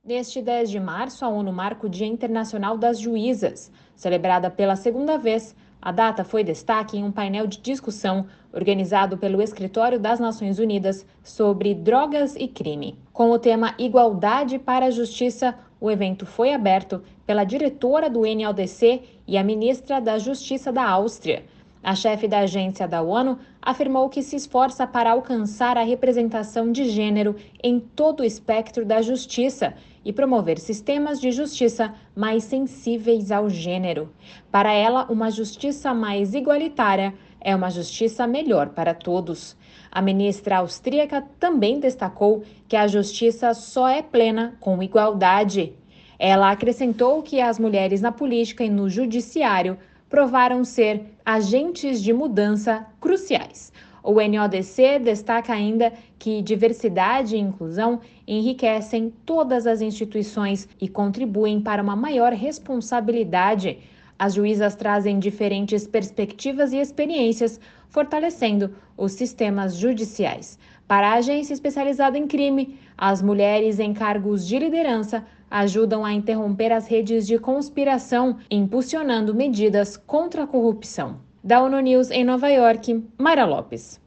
Neste 10 de março, a ONU marca o Dia Internacional das Juízas. Celebrada pela segunda vez, a data foi destaque em um painel de discussão organizado pelo Escritório das Nações Unidas sobre drogas e crime. Com o tema Igualdade para a Justiça, o evento foi aberto pela diretora do NLDC e a ministra da Justiça da Áustria. A chefe da agência da ONU afirmou que se esforça para alcançar a representação de gênero em todo o espectro da justiça e promover sistemas de justiça mais sensíveis ao gênero. Para ela, uma justiça mais igualitária é uma justiça melhor para todos. A ministra austríaca também destacou que a justiça só é plena com igualdade. Ela acrescentou que as mulheres na política e no judiciário provaram ser agentes de mudança cruciais. O NODC destaca ainda que diversidade e inclusão enriquecem todas as instituições e contribuem para uma maior responsabilidade. As juízas trazem diferentes perspectivas e experiências, fortalecendo os sistemas judiciais. Para a agência especializada em crime, as mulheres em cargos de liderança ajudam a interromper as redes de conspiração, impulsionando medidas contra a corrupção. Da ONU News em Nova York, Mayra Lopes.